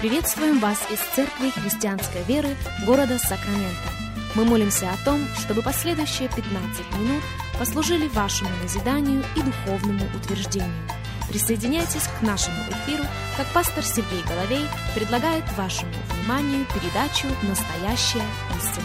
Приветствуем вас из Церкви Христианской Веры города Сакраменто. Мы молимся о том, чтобы последующие 15 минут послужили вашему назиданию и духовному утверждению. Присоединяйтесь к нашему эфиру, как пастор Сергей Головей предлагает вашему вниманию передачу «Настоящая истина».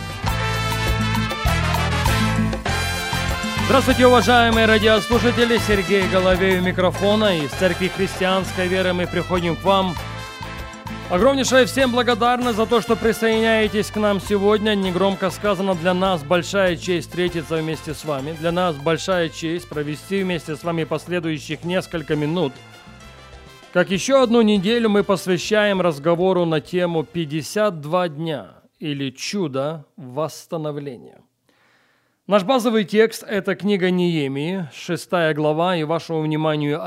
Здравствуйте, уважаемые радиослушатели! Сергей Головей у микрофона. Из Церкви Христианской Веры мы приходим к вам. Огромнейшая всем благодарность за то, что присоединяетесь к нам сегодня. Негромко сказано, для нас большая честь встретиться вместе с вами. Для нас большая честь провести вместе с вами последующих несколько минут. Как еще одну неделю мы посвящаем разговору на тему «52 дня» или «Чудо восстановления». Наш базовый текст – это книга Неемии, 6 глава, и вашему вниманию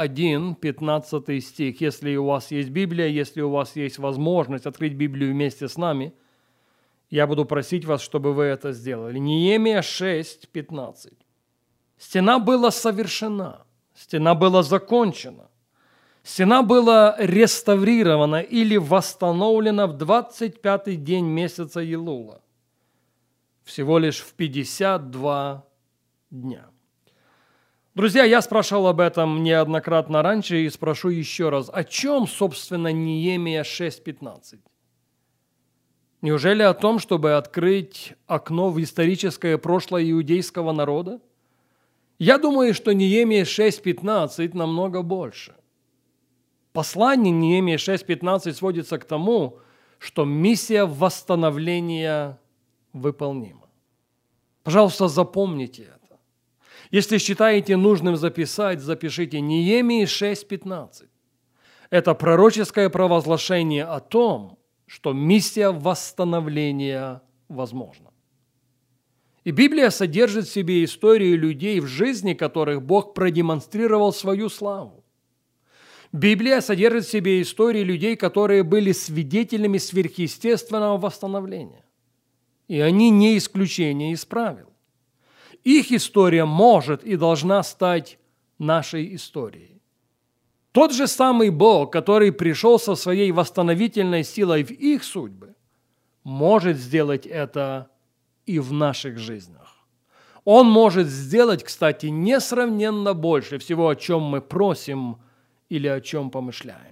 15 стих. Если у вас есть Библия, если у вас есть возможность открыть Библию вместе с нами, я буду просить вас, чтобы вы это сделали. Неемия 6:15. Стена была совершена, стена была закончена, стена была реставрирована или восстановлена в 25-й день месяца Елула. Всего лишь в 52 дня. Друзья, я спрашивал об этом неоднократно раньше и спрошу еще раз. О чем, собственно, Неемия 6:15? Неужели о том, чтобы открыть окно в историческое прошлое иудейского народа? Я думаю, что Неемия 6:15 намного больше. Послание Неемии 6:15 сводится к тому, что миссия восстановления выполнима. Пожалуйста, запомните это. Если считаете нужным записать, запишите Неемии 6:15. Это пророческое провозглашение о том, что миссия восстановления возможна. И Библия содержит в себе историю людей, в жизни которых Бог продемонстрировал свою славу. Библия содержит в себе истории людей, которые были свидетелями сверхъестественного восстановления. И они не исключение из правил. Их история может и должна стать нашей историей. Тот же самый Бог, который пришел со своей восстановительной силой в их судьбы, может сделать это и в наших жизнях. Он может сделать, кстати, несравненно больше всего, о чем мы просим или о чем помышляем.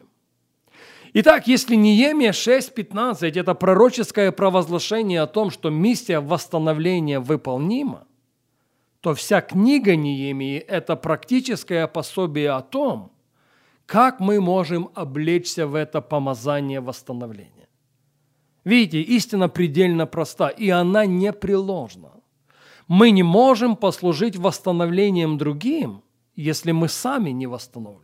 Итак, если Неемия 6:15 – это пророческое провозглашение о том, что миссия восстановления выполнима, то вся книга Неемии – это практическое пособие о том, как мы можем облечься в это помазание восстановления. Видите, истина предельно проста, и она непреложна. Мы не можем послужить восстановлением другим, если мы сами не восстановлены.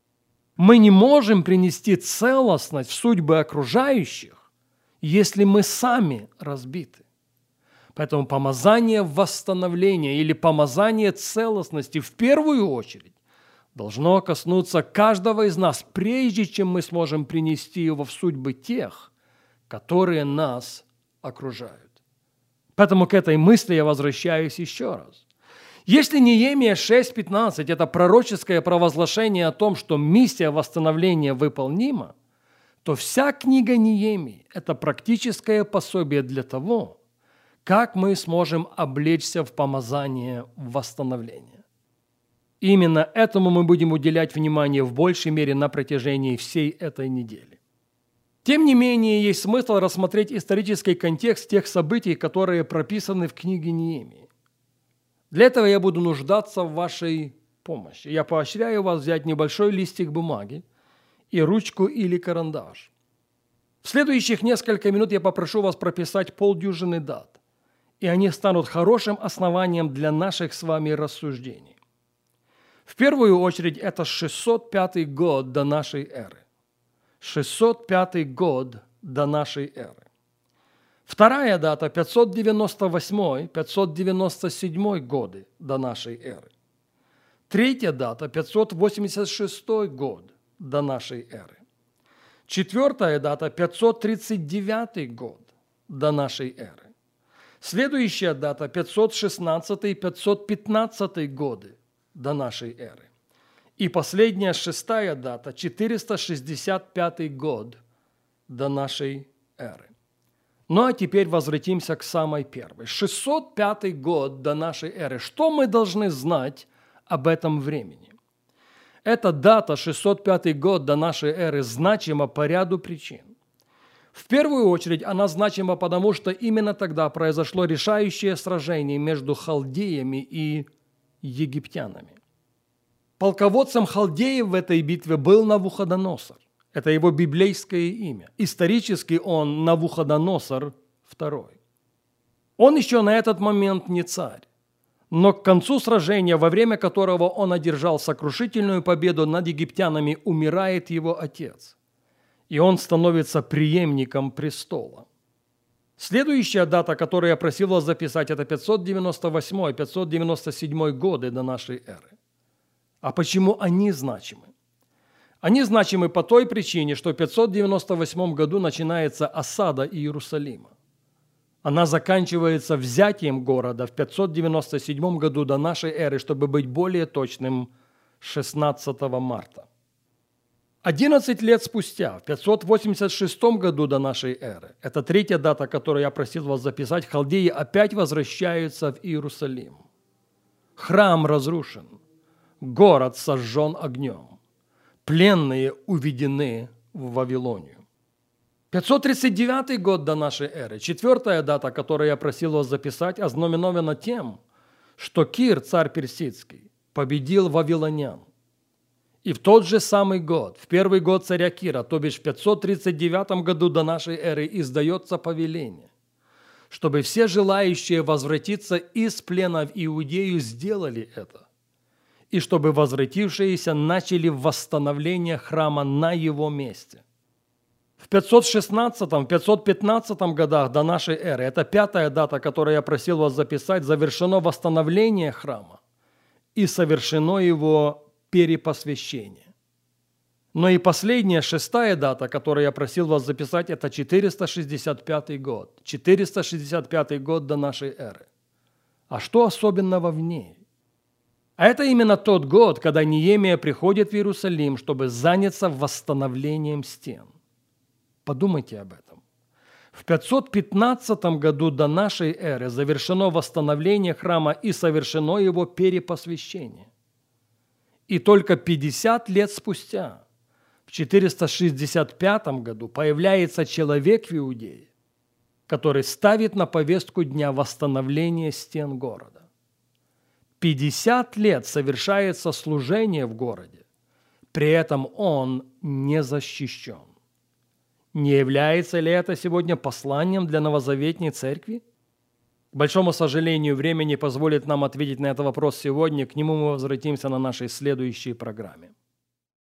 Мы не можем принести целостность в судьбы окружающих, если мы сами разбиты. Поэтому помазание восстановления или помазание целостности в первую очередь должно коснуться каждого из нас, прежде чем мы сможем принести его в судьбы тех, которые нас окружают. Поэтому к этой мысли я возвращаюсь еще раз. Если Неемия 6:15 – это пророческое провозглашение о том, что миссия восстановления выполнима, то вся книга Неемии – это практическое пособие для того, как мы сможем облечься в помазание восстановления. Именно этому мы будем уделять внимание в большей мере на протяжении всей этой недели. Тем не менее, есть смысл рассмотреть исторический контекст тех событий, которые прописаны в книге Неемии. Для этого я буду нуждаться в вашей помощи. Я поощряю вас взять небольшой листик бумаги и ручку или карандаш. В следующих несколько минут я попрошу вас прописать полдюжины дат, и они станут хорошим основанием для наших с вами рассуждений. В первую очередь это 605 год до нашей эры. 605 год до нашей эры. Вторая дата – 598-597 годы до нашей эры. Третья дата – 586 год до нашей эры. Четвертая дата – 539 год до нашей эры. Следующая дата – 516-515 годы до нашей эры. И последняя, шестая дата – 465 год до нашей эры. Ну а теперь возвратимся к самой первой. 605 год до нашей эры. Что мы должны знать об этом времени? Эта дата, 605 год до нашей эры, значима по ряду причин. В первую очередь она значима потому, что именно тогда произошло решающее сражение между халдеями и египтянами. Полководцем халдеев в этой битве был Навуходоносор. Это его библейское имя. Исторически он Навуходоносор II. Он еще на этот момент не царь. Но к концу сражения, во время которого он одержал сокрушительную победу над египтянами, умирает его отец. И он становится преемником престола. Следующая дата, которую я просил вас записать, это 598-597 годы до нашей эры. А почему они значимы? Они значимы по той причине, что в 598 году начинается осада Иерусалима. Она заканчивается взятием города в 597 году до нашей эры, чтобы быть более точным, 16 марта. 11 лет спустя, в 586 году до нашей эры, это третья дата, которую я просил вас записать, халдеи опять возвращаются в Иерусалим. Храм разрушен, город сожжен огнем, пленные уведены в Вавилонию. 539 год до нашей эры, четвертая дата, которую я просил вас записать, ознаменована тем, что Кир, царь персидский, победил вавилонян. И в тот же самый год, в первый год царя Кира, то бишь в 539 году до нашей эры, издается повеление, чтобы все желающие возвратиться из плена в Иудею сделали это, и чтобы возвратившиеся начали восстановление храма на его месте. В 516-515 годах до нашей эры, это пятая дата, которую я просил вас записать, завершено восстановление храма и совершено его перепосвящение. Но и последняя, шестая дата, которую я просил вас записать, это 465 год. 465 год до нашей эры. А что особенного в ней? А это именно тот год, когда Неемия приходит в Иерусалим, чтобы заняться восстановлением стен. Подумайте об этом. В 515 году до нашей эры завершено восстановление храма и совершено его перепосвящение. И только 50 лет спустя, в 465 году, появляется человек в Иудее, который ставит на повестку дня восстановление стен города. 50 лет совершается служение в городе, при этом он не защищен. Не является ли это сегодня посланием для новозаветней церкви? К большому сожалению, время не позволит нам ответить на этот вопрос сегодня. К нему мы возвратимся на нашей следующей программе.